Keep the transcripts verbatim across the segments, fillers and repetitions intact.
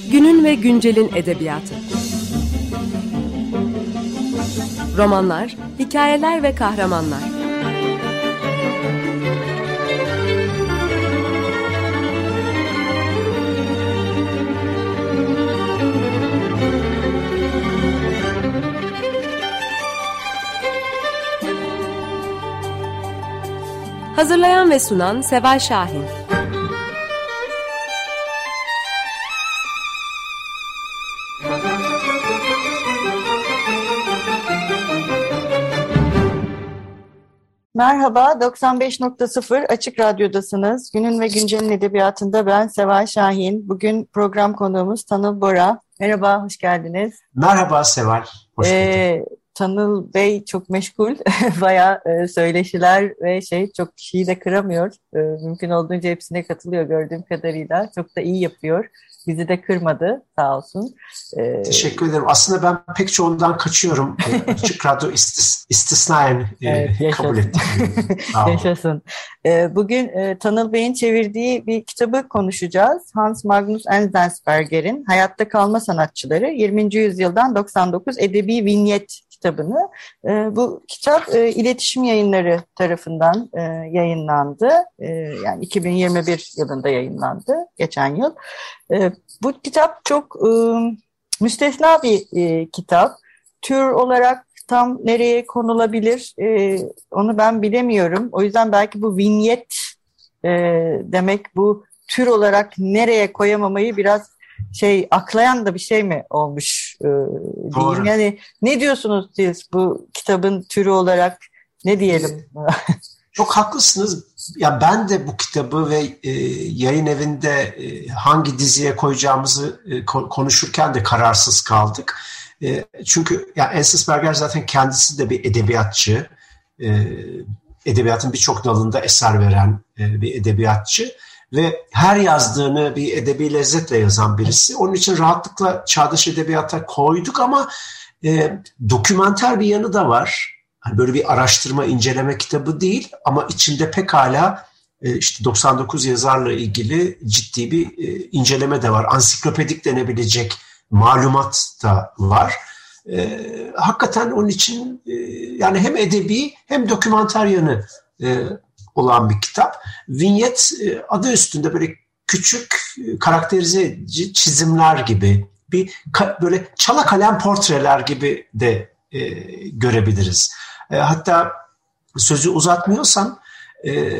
Günün ve güncelin edebiyatı. Romanlar, hikayeler ve kahramanlar. Hazırlayan ve sunan Seval Şahin. Merhaba, doksan beş nokta sıfır Açık Radyo'dasınız. Günün ve Güncel'in edebiyatında ben Seval Şahin. Bugün program konuğumuz Tanıl Bora. Merhaba, hoş geldiniz. Merhaba Seval, hoş bulduk. Ee, Tanıl Bey çok meşgul, bayağı e, söyleşiler ve şey çok kişiyi de kıramıyor. E, mümkün olduğunca hepsine katılıyor gördüğüm kadarıyla. Çok da iyi yapıyor. Bizi de kırmadı sağ olsun. Ee, Teşekkür ederim. Aslında ben pek çoğundan kaçıyorum. Açık Radyo istis, istisnaen evet, kabul ettim. Yaşasın. Ee, bugün e, Tanıl Bey'in çevirdiği bir kitabı konuşacağız. Hans Magnus Enzensberger'in Hayatta Kalma Sanatçıları yirminci yüzyıldan doksan dokuz Edebi Vinyet kitabını. E, bu kitap e, İletişim Yayınları tarafından e, yayınlandı. E, yani iki bin yirmi bir yılında yayınlandı, geçen yıl. E, bu kitap çok e, müstesna bir e, kitap. Tür olarak tam nereye konulabilir e, onu ben bilemiyorum. O yüzden belki bu vinyet e, demek, bu tür olarak nereye koyamamayı biraz şey aklayan da bir şey mi olmuş e, diyeyim. Yani ne diyorsunuz siz bu kitabın türü olarak, ne diyelim? Çok haklısınız. Ya ben de bu kitabı ve e, yayın evinde e, hangi diziye koyacağımızı e, konuşurken de kararsız kaldık. E, çünkü ya Enzensberger zaten kendisi de bir edebiyatçı. E, edebiyatın birçok dalında eser veren e, bir edebiyatçı. Ve her yazdığını bir edebi lezzetle yazan birisi. Onun için rahatlıkla çağdaş edebiyata koyduk ama e, dokümenter bir yanı da var. Hani böyle bir araştırma, inceleme kitabı değil ama içinde pekala e, işte doksan dokuz yazarla ilgili ciddi bir e, inceleme de var. Ansiklopedik denebilecek malumat da var. E, hakikaten onun için e, yani hem edebi hem dokümenter yanı e, olan bir kitap. Vinyet adı üstünde böyle küçük karakterize edici çizimler gibi, bir böyle çala kalem portreler gibi de e, görebiliriz. E, hatta sözü uzatmıyorsam e,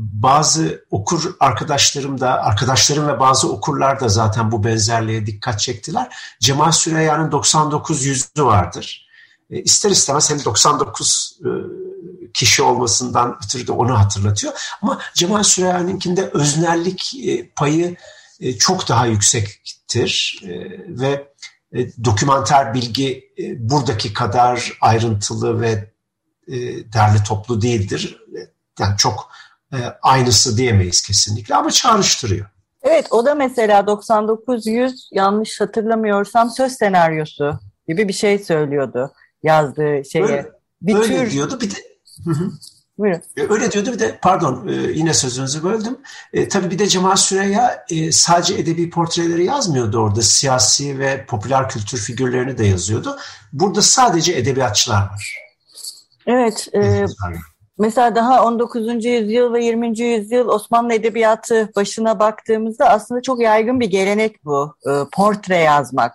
bazı okur arkadaşlarım da, arkadaşlarım ve bazı okurlar da zaten bu benzerliğe dikkat çektiler. Cemal Süreyya'nın doksan dokuz yüzü vardır. E, ister istemez hem doksan dokuz e, kişi olmasından ötürü de onu hatırlatıyor. Ama Cemal Süreyya'nınkinde öznellik payı çok daha yüksektir ve dokümenter bilgi buradaki kadar ayrıntılı ve derli toplu değildir. Yani çok aynısı diyemeyiz kesinlikle ama çağrıştırıyor. Evet, o da mesela doksan dokuz yüz, yanlış hatırlamıyorsam, söz senaryosu gibi bir şey söylüyordu yazdığı şeye. Öyle, bir öyle tür... diyordu. Bir de Hı hı. Buyurun. Öyle diyordu. Bir de pardon yine sözünüzü böldüm. E, tabii bir de Cemal Süreyya e, sadece edebi portreleri yazmıyordu orada. Siyasi ve popüler kültür figürlerini de yazıyordu. Burada sadece edebiyatçılar var. Evet. E, mesela daha on dokuzuncu yüzyıl ve yirminci yüzyıl Osmanlı edebiyatı başına baktığımızda aslında çok yaygın bir gelenek bu. E, portre yazmak.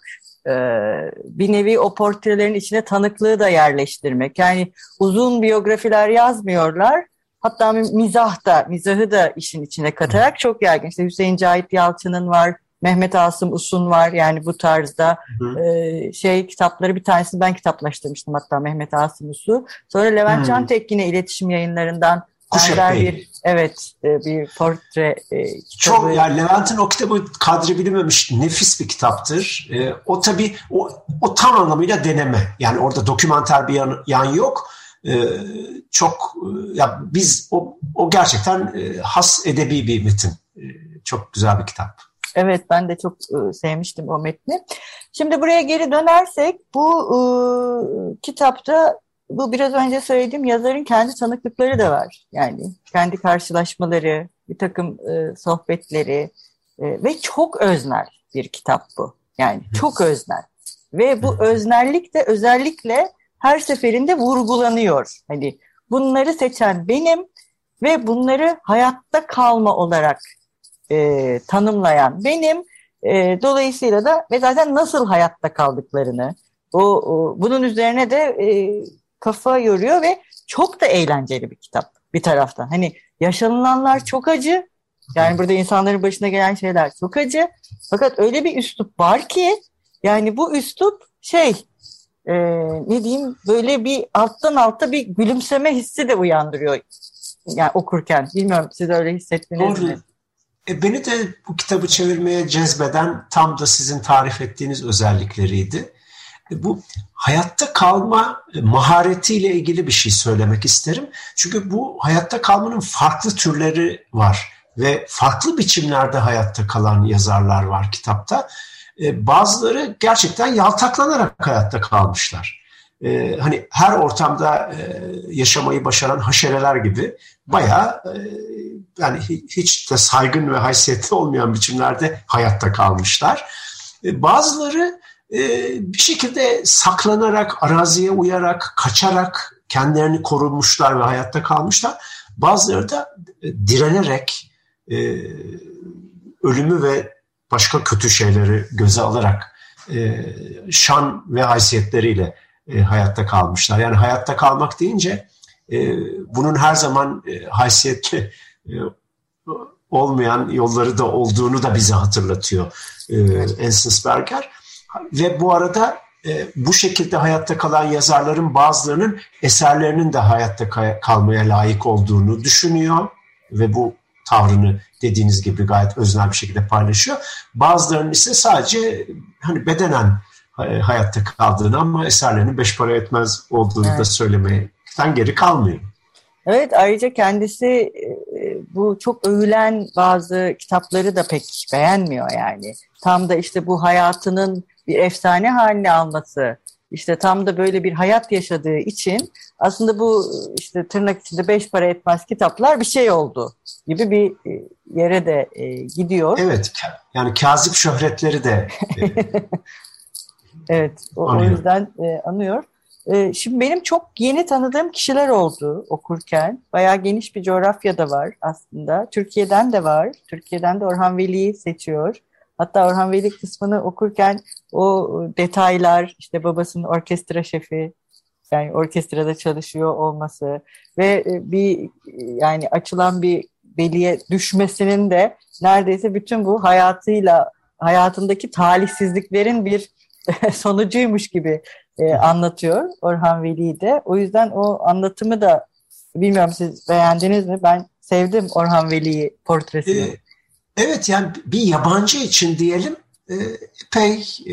Bir nevi o portrelerin içine tanıklığı da yerleştirmek. Yani uzun biyografiler yazmıyorlar. Hatta mizah da, mizahı da işin içine katarak çok yaygın. İşte Hüseyin Cahit Yalçın'ın var, Mehmet Asım Us'un var. Yani bu tarzda e, şey kitapları, bir tanesini ben kitaplaştırmıştım hatta, Mehmet Asım Us'u. Sonra Levent Cantek yine iletişim yayınlarından benzer bir, evet, bir portre e, kitabı. Çok, yani Levent'in o kitabı kadri bilinmemiş nefis bir kitaptır. E, o tabii o, o tam anlamıyla deneme. Yani orada dokümenter bir yan, yan yok. E, çok ya biz o, o gerçekten e, has edebi bir metin. E, çok güzel bir kitap. Evet, ben de çok e, sevmiştim o metni. Şimdi buraya geri dönersek, bu e, kitapta bu biraz önce söylediğim yazarın kendi tanıklıkları da var. Yani kendi karşılaşmaları, bir takım e, sohbetleri e, ve çok öznel bir kitap bu. Yani çok öznel. Ve bu öznellik de özellikle her seferinde vurgulanıyor. Hani bunları seçen benim ve bunları hayatta kalma olarak e, tanımlayan benim. E, dolayısıyla da ve zaten nasıl hayatta kaldıklarını o, o bunun üzerine de e, kafa yoruyor ve çok da eğlenceli bir kitap bir taraftan. Hani yaşanılanlar çok acı. Yani burada insanların başına gelen şeyler çok acı. Fakat öyle bir üslup var ki yani bu üslup şey e, ne diyeyim böyle bir alttan alta bir gülümseme hissi de uyandırıyor. Yani okurken. Bilmiyorum siz öyle hissettiniz mi? E, beni de bu kitabı çevirmeye cezbeden tam da sizin tarif ettiğiniz özellikleriydi. E, bu hayatta kalma maharetiyle ilgili bir şey söylemek isterim. Çünkü bu hayatta kalmanın farklı türleri var ve farklı biçimlerde hayatta kalan yazarlar var kitapta. E, bazıları gerçekten yaltaklanarak hayatta kalmışlar. Ee, hani her ortamda e, yaşamayı başaran haşereler gibi bayağı e, yani hiç de saygın ve haysiyetli olmayan biçimlerde hayatta kalmışlar. E, bazıları e, bir şekilde saklanarak, araziye uyarak, kaçarak kendilerini korumuşlar ve hayatta kalmışlar. Bazıları da e, direnerek e, ölümü ve başka kötü şeyleri göze alarak e, şan ve haysiyetleriyle E, hayatta kalmışlar. Yani hayatta kalmak deyince e, bunun her zaman e, haysiyetli e, olmayan yolları da olduğunu da bize hatırlatıyor e, Enzensberger. Ve bu arada e, bu şekilde hayatta kalan yazarların bazılarının eserlerinin de hayatta kalmaya layık olduğunu düşünüyor ve bu tavrını dediğiniz gibi gayet öznel bir şekilde paylaşıyor. Bazılarının ise sadece hani bedenen hayatta kaldığını ama eserlerinin beş para etmez olduğunu evet. da söylemekten geri kalmıyor. Evet, ayrıca kendisi bu çok övülen bazı kitapları da pek beğenmiyor yani. Tam da işte bu hayatının bir efsane haline alması, işte tam da böyle bir hayat yaşadığı için aslında bu işte tırnak içinde beş para etmez kitaplar bir şey oldu gibi bir yere de gidiyor. Evet, yani kazip şöhretleri de evet, o, o yüzden e, anıyor. E, şimdi benim çok yeni tanıdığım kişiler oldu okurken. Bayağı geniş bir coğrafya da var aslında. Türkiye'den de var. Türkiye'den de Orhan Veli'yi seçiyor. Hatta Orhan Veli kısmını okurken o detaylar, işte babasının orkestra şefi, yani orkestrada çalışıyor olması ve bir yani açılan bir Veli'ye düşmesinin de neredeyse bütün bu hayatıyla, hayatındaki talihsizliklerin bir sonucuymuş gibi e, anlatıyor Orhan Veli de. O yüzden o anlatımı da bilmiyorum siz beğendiniz mi? Ben sevdim Orhan Veli'yi portresini. Ee, evet yani bir yabancı için diyelim e, epey e,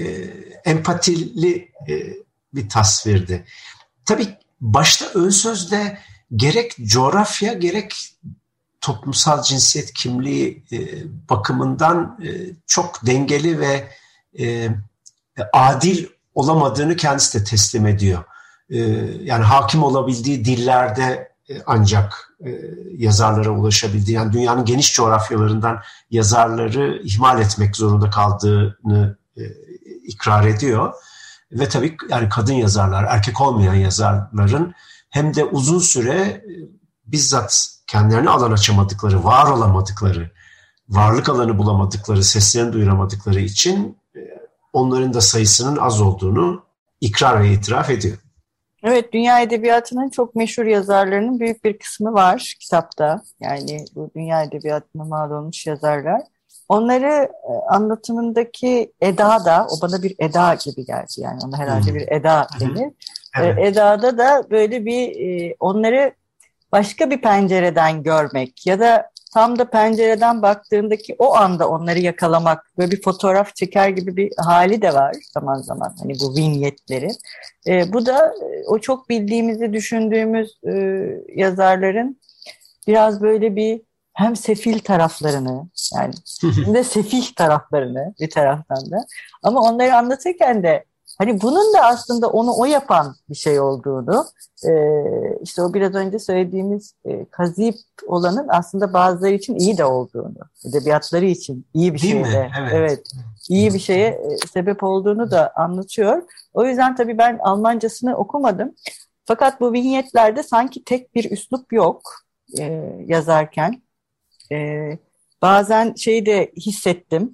empatili e, bir tasvirdi. Tabii başta ön sözde gerek coğrafya gerek toplumsal cinsiyet kimliği e, bakımından e, çok dengeli ve e, adil olamadığını kendisi de teslim ediyor. Ee, yani hakim olabildiği dillerde ancak e, yazarlara ulaşabildiği, yani dünyanın geniş coğrafyalarından yazarları ihmal etmek zorunda kaldığını e, ikrar ediyor. Ve tabii yani kadın yazarlar, erkek olmayan yazarların hem de uzun süre e, bizzat kendilerine alan açamadıkları, var olamadıkları, varlık alanı bulamadıkları, seslerini duyuramadıkları için onların da sayısının az olduğunu ikrar ve itiraf ediyor. Evet, dünya edebiyatının çok meşhur yazarlarının büyük bir kısmı var kitapta. Yani bu dünya edebiyatına mal olmuş yazarlar. Onları anlatımındaki eda da, o bana bir eda gibi geldi. Yani ona herhalde bir eda denir. Evet. Edada da böyle bir onları başka bir pencereden görmek ya da tam da pencereden baktığındaki o anda onları yakalamak, böyle bir fotoğraf çeker gibi bir hali de var zaman zaman. Hani bu vinyetleri. E, bu da o çok bildiğimizi düşündüğümüz e, yazarların biraz böyle bir hem sefil taraflarını, yani hem de sefih taraflarını bir taraftan da. Ama onları anlatırken de hani bunun da aslında onu o yapan bir şey olduğunu, e, işte o biraz önce söylediğimiz e, kazip olanın aslında bazıları için iyi de olduğunu, edebiyatları için iyi bir şey de. Evet. Evet. iyi bir şeye e, sebep olduğunu da anlatıyor. O yüzden tabii ben Almancasını okumadım. Fakat bu vinyetlerde sanki tek bir üslup yok e, yazarken. E, bazen şeyi de hissettim.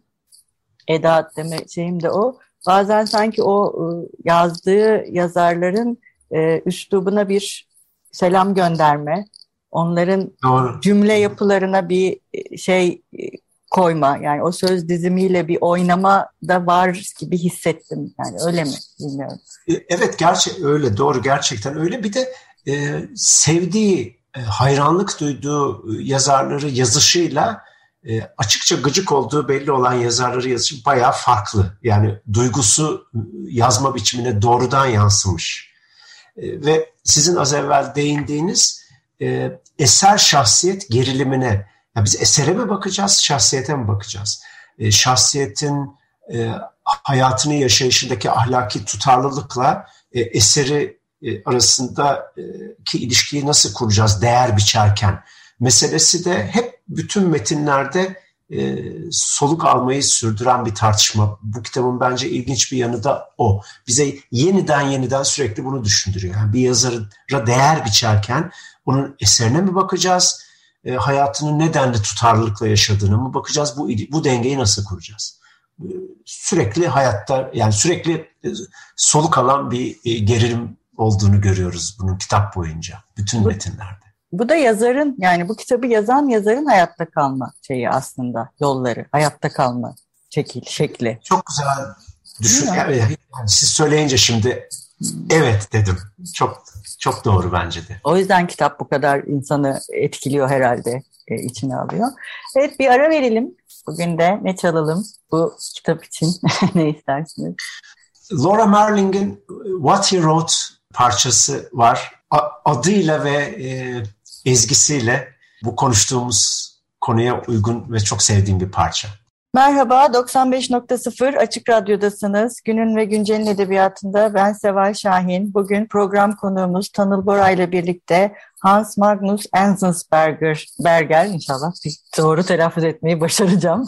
Edaat deme şeyim de o. Bazen sanki o e, yazdığı yazarların e, üslubuna bir selam gönderme, onların Doğru. cümle yapılarına bir şey koyma, yani o söz dizimiyle bir oynama da var gibi hissettim. Yani öyle mi? Bilmiyorum. Evet, gerçek öyle, doğru, gerçekten öyle. Bir de e, sevdiği, e, hayranlık duyduğu yazarları yazışıyla e, açıkça gıcık olduğu belli olan yazarları yazışı bayağı farklı. Yani duygusu yazma biçimine doğrudan yansımış. E, ve sizin az evvel değindiğiniz e, eser şahsiyet gerilimine, ya biz esere mi bakacağız, şahsiyete mi bakacağız? E, şahsiyetin e, hayatını yaşayışındaki ahlaki tutarlılıkla e, eseri e, arasındaki ilişkiyi nasıl kuracağız değer biçerken meselesi de hep bütün metinlerde e, soluk almayı sürdüren bir tartışma. Bu kitabın bence ilginç bir yanı da o. Bize yeniden yeniden sürekli bunu düşündürüyor. Yani bir yazara değer biçerken onun eserine mi bakacağız? E, hayatını nedenle tutarlılıkla yaşadığına mı bakacağız? Bu bu dengeyi nasıl kuracağız? E, sürekli hayatta, yani sürekli e, soluk alan bir e, gerilim olduğunu görüyoruz bunun kitap boyunca, bütün bu, metinlerde. Bu da yazarın, yani bu kitabı yazan yazarın hayatta kalma şeyi aslında, yolları, hayatta kalma şekil, şekli. Çok güzel düşün. Yani, yani siz söyleyince şimdi evet dedim. Çok çok doğru bence de. O yüzden kitap bu kadar insanı etkiliyor herhalde, e, içine alıyor. Evet, bir ara verelim. Bugün de ne çalalım bu kitap için? Ne istersiniz? Laura Marling'in What He Wrote parçası var. Adıyla ve e, ezgisiyle bu konuştuğumuz konuya uygun ve çok sevdiğim bir parça. Merhaba, doksan beş nokta sıfır Açık Radyo'dasınız. Günün ve Güncel'in edebiyatında ben Seval Şahin. Bugün program konuğumuz Tanıl Bora ile birlikte Hans Magnus Enzensberger, Berger, inşallah doğru telaffuz etmeyi başaracağım.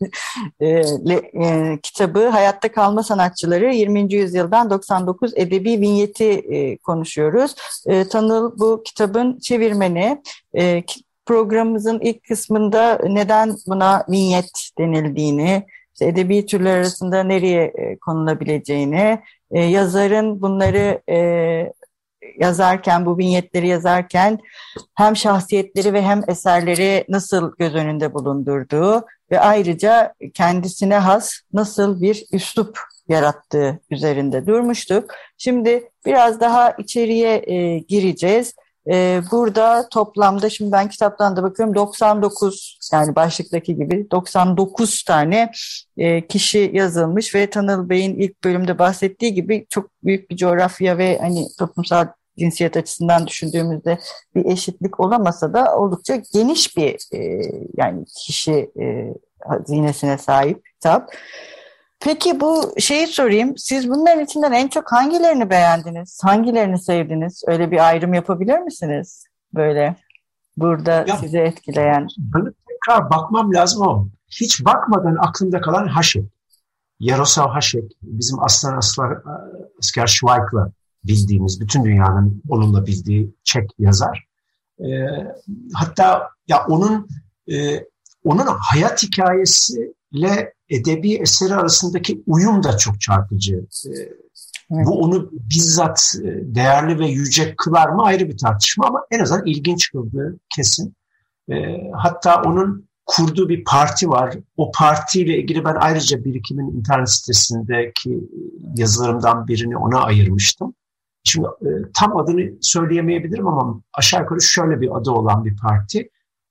e, e, kitabı Hayatta Kalma Sanatçıları yirminci yüzyıldan doksan dokuz edebi vinyeti e, konuşuyoruz. E, Tanıl bu kitabın çevirmeni. E, Programımızın ilk kısmında neden buna vinyet denildiğini, işte edebi türler arasında nereye konulabileceğini, yazarın bunları yazarken, bu vinyetleri yazarken hem şahsiyetleri ve hem eserleri nasıl göz önünde bulundurduğu ve ayrıca kendisine has nasıl bir üslup yarattığı üzerinde durmuştuk. Şimdi biraz daha içeriye gireceğiz. Ee, burada toplamda, şimdi ben kitaptan da bakıyorum, doksan dokuz, yani başlıktaki gibi doksan dokuz tane e, kişi yazılmış ve Tanıl Bey'in ilk bölümde bahsettiği gibi çok büyük bir coğrafya ve hani toplumsal cinsiyet açısından düşündüğümüzde bir eşitlik olamasa da oldukça geniş bir e, yani kişi e, hazinesine sahip kitap. Peki bu şeyi sorayım, siz bunların içinden en çok hangilerini beğendiniz, hangilerini sevdiniz? Öyle bir ayrım yapabilir misiniz? Böyle burada ya, sizi etkileyen. Böyle tekrar bakmam lazım ama hiç bakmadan aklımda kalan Hašek. Jaroslav Hašek, bizim aslan asker, asker Švajk'la bildiğimiz, bütün dünyanın onunla bildiği Çek yazar. E, hatta ya onun e, onun hayat hikayesiyle edebi eseri arasındaki uyum da çok çarpıcı. Evet. Bu onu bizzat değerli ve yüce kılar mı ayrı bir tartışma ama en azından ilginç kıldığı kesin. Hatta onun kurduğu bir parti var. O partiyle ilgili ben ayrıca Birikim'in internet sitesindeki yazılarımdan birini ona ayırmıştım. Şimdi tam adını söyleyemeyebilirim ama aşağı yukarı şöyle bir adı olan bir parti.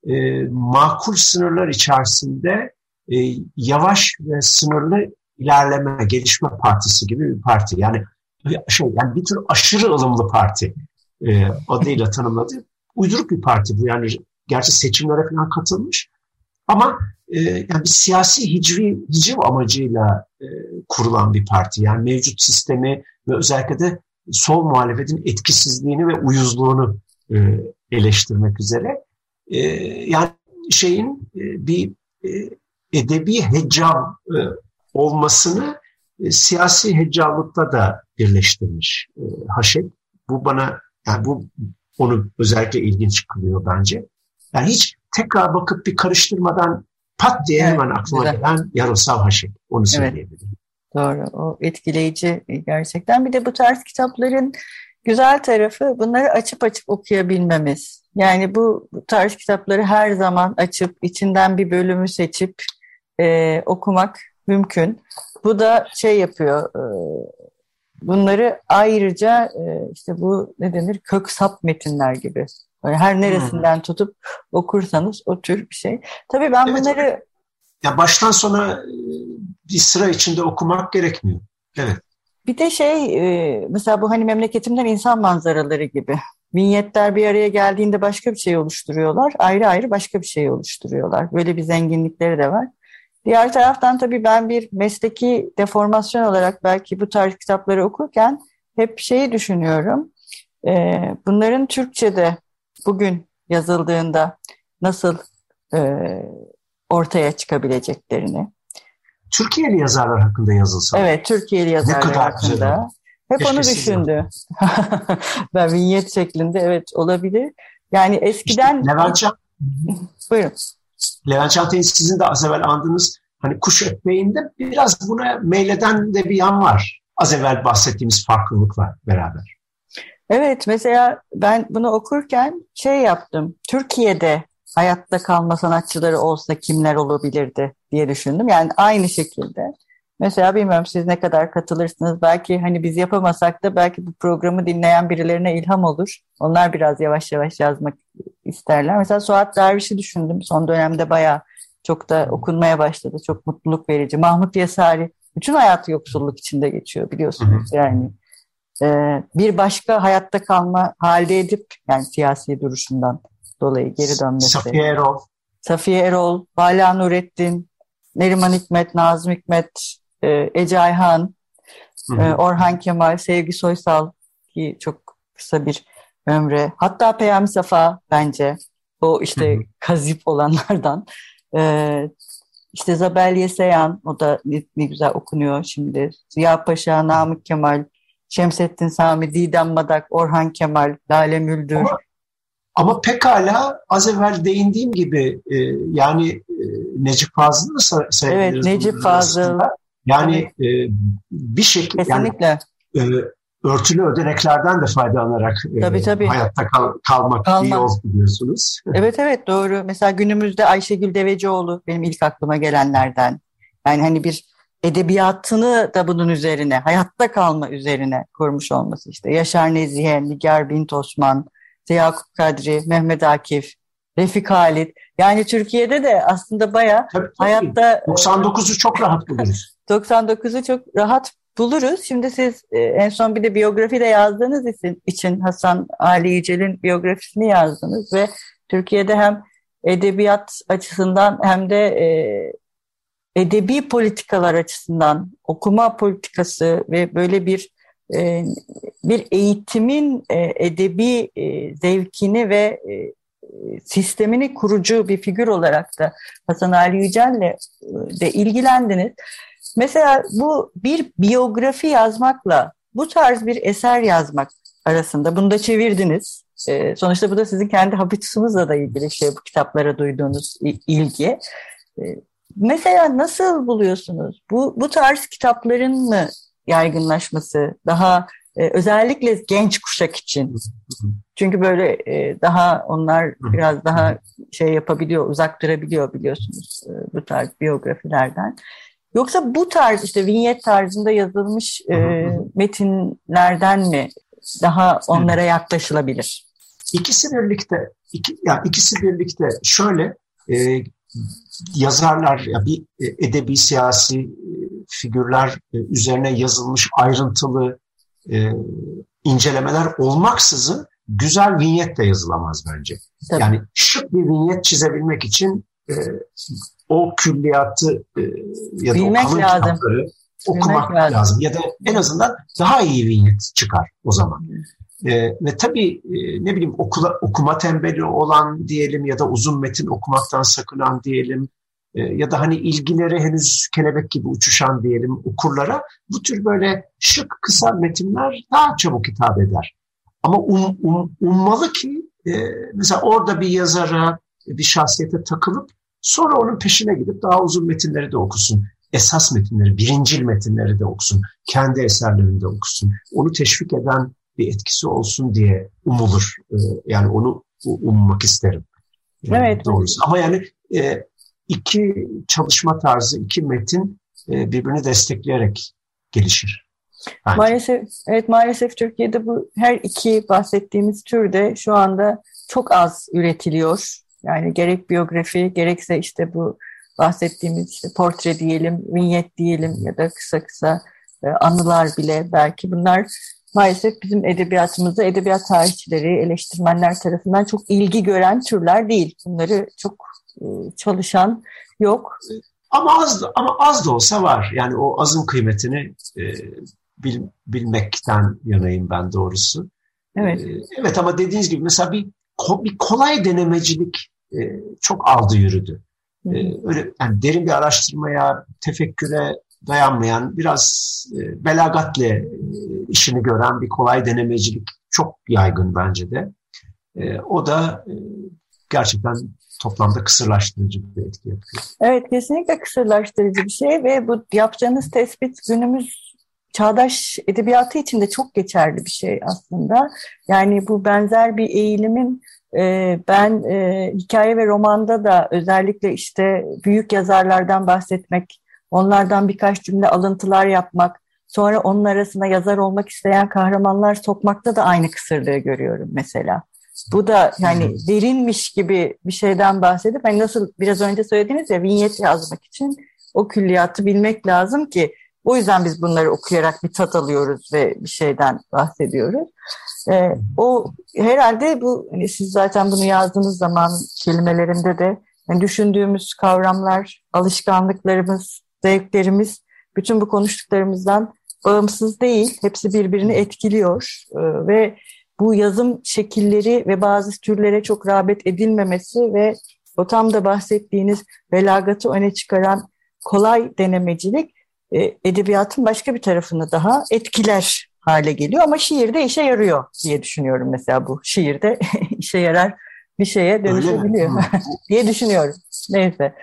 Makul sınırlar içerisinde E, yavaş ve sınırlı ilerleme, gelişme partisi gibi bir parti. Yani şey, yani bir tür aşırı ılımlı parti e, adıyla tanımladı. Uyduruk bir parti bu. Yani gerçi seçimlere falan katılmış ama e, yani bir siyasi hicvi, hiciv amacıyla e, kurulan bir parti. Yani mevcut sistemi ve özellikle de sol muhalefetin etkisizliğini ve uyuzluğunu e, eleştirmek üzere. E, yani şeyin e, bir e, edebi hecam e, olmasını e, siyasi heccallıkta da birleştirmiş e, Haşek. Bu bana, yani bu onu özellikle ilginç kılıyor bence. Yani hiç tekrar bakıp bir karıştırmadan pat diye hemen evet, aklıma güzel. Gelen Yaroslav Haşek. Onu söyleyebilirim. Evet, doğru. O etkileyici gerçekten. Bir de bu tarz kitapların güzel tarafı bunları açıp açıp okuyabilmemiz. Yani bu, bu tarz kitapları her zaman açıp içinden bir bölümü seçip e, okumak mümkün. Bu da şey yapıyor, e, bunları ayrıca e, işte bu ne denir, kök sap metinler gibi. Yani her neresinden hmm. tutup okursanız o tür bir şey. Tabii ben evet, bunları... Ya baştan sona bir sıra içinde okumak gerekmiyor. Evet. Bir de şey e, mesela bu hani memleketimden insan manzaraları gibi. Vinyetler bir araya geldiğinde başka bir şey oluşturuyorlar. Ayrı ayrı başka bir şey oluşturuyorlar. Böyle bir zenginlikleri de var. Diğer taraftan tabii ben bir mesleki deformasyon olarak belki bu tarz kitapları okurken hep şeyi düşünüyorum. E, bunların Türkçe'de bugün yazıldığında nasıl e, ortaya çıkabileceklerini. Türkiye'li yazarlar hakkında yazılsa. Evet, Türkiye'li yazarlar hakkında. Hep keşke onu düşündü. Ben vinyet şeklinde evet olabilir. Yani eskiden... İşte Levent Can... Buyurun. Levent Çağatay'ın sizin de az evvel andığınız hani kuş ekmeğinde biraz buna meyleden de bir yan var. Az evvel bahsettiğimiz farklılıkla beraber. Evet, mesela ben bunu okurken şey yaptım. Türkiye'de hayatta kalma sanatçıları olsa kimler olabilirdi diye düşündüm. Yani aynı şekilde. Mesela bilmiyorum siz ne kadar katılırsınız. Belki hani biz yapamasak da belki bu programı dinleyen birilerine ilham olur. Onlar biraz yavaş yavaş yazmak isterler. Mesela Suat Derviş'i düşündüm. Son dönemde bayağı çok da okunmaya başladı. Çok mutluluk verici. Mahmut Yesari bütün hayatı yoksulluk içinde geçiyor biliyorsunuz. Yani e, bir başka hayatta kalma halde edip yani siyasi duruşundan dolayı geri dönmesi. Safiye Erol. Safiye Erol, Vala Nurettin, Neriman Hikmet, Nazım Hikmet, Ece Ayhan, hı hı. Orhan Kemal, Sevgi Soysal ki çok kısa bir ömre. Hatta Peyami Safa bence o işte hı hı. kazip olanlardan. Ee, işte Zabelye Seyhan o da ne, ne güzel okunuyor şimdi. Ziya Paşa, Namık Kemal, Şemsettin Sami, Didem Madak, Orhan Kemal, Lale Müldür. Ama, ama pekala az evvel değindiğim gibi e, yani e, Necip Fazıl'ı da sayabiliriz. Evet, Necip Fazıl. Yani evet. e, bir şekilde kesinlikle. Yani, e, örtülü ödeneklerden de faydalanarak tabii, e, tabii. hayatta kal, kalmak Kalma. iyi oldu biliyorsunuz. Evet evet doğru. Mesela günümüzde Ayşegül Devecioğlu benim ilk aklıma gelenlerden. Yani hani bir edebiyatını da bunun üzerine, hayatta kalma üzerine kurmuş olması işte. Yaşar Nezihe, Nigar Bint Osman, Yakup Kadri, Mehmet Akif, Refik Halit. Yani Türkiye'de de aslında bayağı tabii, tabii. hayatta... doksan dokuzu çok rahat buluruz. doksan dokuzu çok rahat buluruz. Şimdi siz en son bir de biyografi de yazdığınız için Hasan Ali Yücel'in biyografisini yazdınız ve Türkiye'de hem edebiyat açısından hem de e, edebi politikalar açısından okuma politikası ve böyle bir e, bir eğitimin e, edebi e, zevkini ve e, sistemini kurucu bir figür olarak da Hasan Ali Yücel'le de ilgilendiniz. Mesela bu bir biyografi yazmakla bu tarz bir eser yazmak arasında bunu da çevirdiniz. E, sonuçta bu da sizin kendi habitusunuzla da ilgili şey bu kitaplara duyduğunuz ilgi. E, mesela nasıl buluyorsunuz? Bu, bu tarz kitapların mı yaygınlaşması daha e, özellikle genç kuşak için? Çünkü böyle e, daha onlar biraz daha şey yapabiliyor, uzak durabiliyor biliyorsunuz e, bu tarz biyografilerden. Yoksa bu tarz işte vinyet tarzında yazılmış e, metinlerden mi daha onlara yaklaşılabilir? İkisi birlikte, iki, ya ikisi birlikte şöyle e, yazarlar ya bir e, edebi siyasi e, figürler e, üzerine yazılmış ayrıntılı e, incelemeler olmaksızın güzel vinyet de yazılamaz bence. Tabii. Yani şık bir vinyet çizebilmek için e, o külliyatı e, ya da bilmek o kalın lazım. kitapları okumak lazım. lazım. Ya da en azından daha iyi vinyet çıkar o zaman. E, ve tabii e, ne bileyim okula, okuma tembeli olan diyelim ya da uzun metin okumaktan sakınan diyelim e, ya da hani ilgileri henüz kelebek gibi uçuşan diyelim okurlara bu tür böyle şık kısa metinler daha çabuk hitap eder. Ama um, um, ummalı ki e, mesela orada bir yazara, bir şahsiyete takılıp sonra onun peşine gidip daha uzun metinleri de okusun. Esas metinleri, birincil metinleri de okusun. Kendi eserlerini de okusun. Onu teşvik eden bir etkisi olsun diye umulur. E, yani onu ummak isterim. Evet. Doğrusu. Ama yani e, iki çalışma tarzı, iki metin e, birbirini destekleyerek gelişir. Bence. Maalesef, evet maalesef Türkiye'de bu her iki bahsettiğimiz türde şu anda çok az üretiliyor. Yani gerek biyografi, gerekse işte bu bahsettiğimiz işte portre diyelim, vinyet diyelim ya da kısa kısa e, anılar bile belki bunlar maalesef bizim edebiyatımızda edebiyat tarihçileri, eleştirmenler tarafından çok ilgi gören türler değil. Bunları çok e, çalışan yok. Ama az da, ama az da olsa var. Yani o azın kıymetini e, bil, bilmekten yanayım ben doğrusu. Evet. E, evet ama dediğiniz gibi mesela bir, bir kolay denemecilik e, çok aldı yürüdü. E, öyle yani derin bir araştırmaya, tefekküre dayanmayan, biraz e, belagatle e, işini gören bir kolay denemecilik çok yaygın bence de. E, o da e, gerçekten toplamda kısırlaştırıcı bir etki yapıyor. Evet, kesinlikle kısırlaştırıcı bir şey ve bu yapacağınız tespit günümüz çağdaş edebiyatı için de çok geçerli bir şey aslında. Yani bu benzer bir eğilimin e, ben e, hikaye ve romanda da özellikle işte büyük yazarlardan bahsetmek, onlardan birkaç cümle alıntılar yapmak, sonra onun arasına yazar olmak isteyen kahramanlar sokmakta da aynı kısırlığı görüyorum mesela. Bu da yani hmm. derinmiş gibi bir şeyden bahsedip hani nasıl biraz önce söylediğiniz ya vinyet yazmak için o külliyatı bilmek lazım ki o yüzden biz bunları okuyarak bir tat alıyoruz ve bir şeyden bahsediyoruz. Ee, o herhalde bu hani siz zaten bunu yazdığınız zaman kelimelerinde de yani düşündüğümüz kavramlar, alışkanlıklarımız, zevklerimiz bütün bu konuştuklarımızdan bağımsız değil. Hepsi birbirini etkiliyor ee, ve bu yazım şekilleri ve bazı türlere çok rağbet edilmemesi ve o tam da bahsettiğiniz belagatı öne çıkaran kolay denemecilik e, edebiyatın başka bir tarafını daha etkiler hale geliyor. Ama şiirde işe yarıyor diye düşünüyorum mesela bu. Şiirde işe yarar bir şeye dönüşebiliyor diye düşünüyorum. Neyse.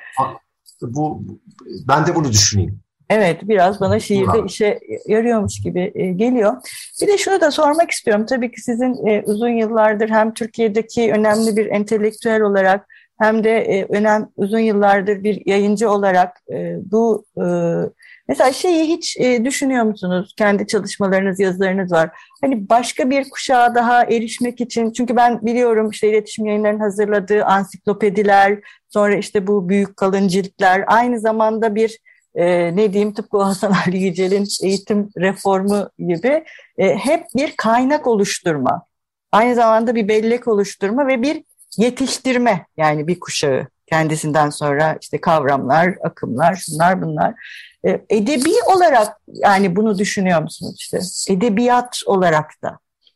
Bu, ben de bunu düşüneyim. Evet, biraz bana şiirde işe yarıyormuş gibi geliyor. Bir de şunu da sormak istiyorum. Tabii ki sizin uzun yıllardır hem Türkiye'deki önemli bir entelektüel olarak hem de önem uzun yıllardır bir yayıncı olarak bu mesela şeyi hiç düşünüyor musunuz? Kendi çalışmalarınız, yazılarınız var. Hani başka bir kuşağa daha erişmek için, çünkü ben biliyorum işte iletişim yayınlarının hazırladığı ansiklopediler, sonra işte bu büyük kalın ciltler, aynı zamanda bir Ee, ne diyeyim tıpkı Hasan Ali Yücel'in eğitim reformu gibi e, hep bir kaynak oluşturma, aynı zamanda bir bellek oluşturma ve bir yetiştirme, yani bir kuşağı kendisinden sonra işte kavramlar, akımlar, şunlar bunlar. E, edebi olarak yani bunu düşünüyor musunuz işte edebiyat olarak da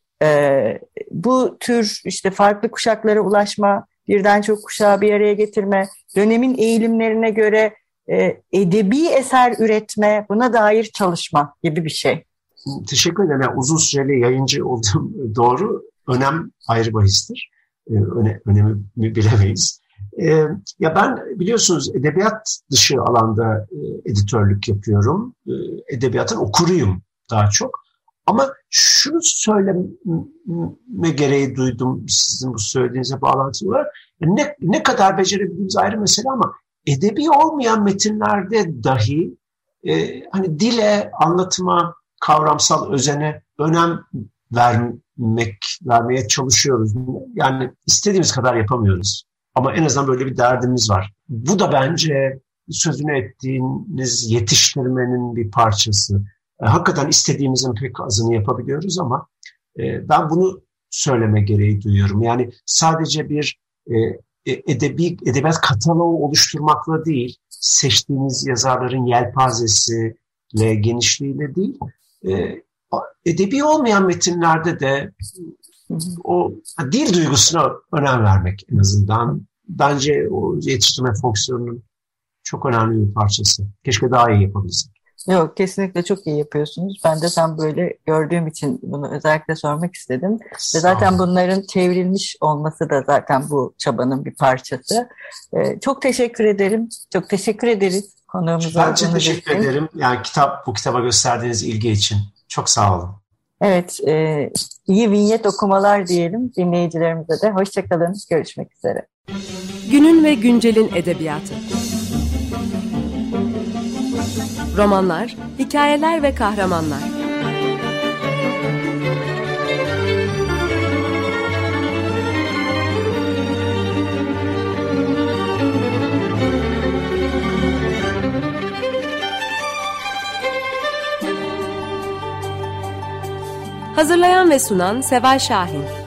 e, bu tür işte farklı kuşaklara ulaşma, birden çok kuşağı bir araya getirme, dönemin eğilimlerine göre E, edebi eser üretme, buna dair çalışma gibi bir şey. Teşekkür ederim. Yani uzun süreli yayıncı olduğum doğru. Önem ayrı bahistir. Ee, öne, önemi bilemeyiz. Ee, ya ben biliyorsunuz edebiyat dışı alanda e, editörlük yapıyorum. E, edebiyatın okuruyum daha çok. Ama şunu söyleme gereği duydum sizin bu söylediğinize bağlantılı olarak. Ne, ne kadar becerebildiğimiz ayrı mesele ama edebi olmayan metinlerde dahi e, hani dile, anlatıma, kavramsal özene önem vermek, vermeye çalışıyoruz. Yani istediğimiz kadar yapamıyoruz. Ama en azından böyle bir derdimiz var. Bu da bence sözünü ettiğiniz yetiştirmenin bir parçası. E, hakikaten istediğimizin pek azını yapabiliyoruz ama e, ben bunu söyleme gereği duyuyorum. Yani sadece bir e, edebi edebiyat kataloğu oluşturmakla değil, seçtiğiniz yazarların yelpazesiyle, genişliğiyle değil, e, edebi olmayan metinlerde de o dil duygusuna önem vermek en azından bence o yetiştirme fonksiyonunun çok önemli bir parçası. Keşke daha iyi yapabilsek. Yok, kesinlikle çok iyi yapıyorsunuz. Ben de tam böyle gördüğüm için bunu özellikle sormak istedim. Ve zaten bunların çevrilmiş olması da zaten bu çabanın bir parçası. Ee, çok teşekkür ederim. Çok teşekkür ederiz konuğumuz Ben çok teşekkür için. ederim. Yani kitap, bu kitaba gösterdiğiniz ilgi için. Çok sağ olun. Evet, e, iyi vinyet okumalar diyelim dinleyicilerimize de. Hoşçakalın, görüşmek üzere. Günün ve güncelin edebiyatı. Romanlar, hikayeler ve kahramanlar. Hazırlayan ve sunan Seval Şahin.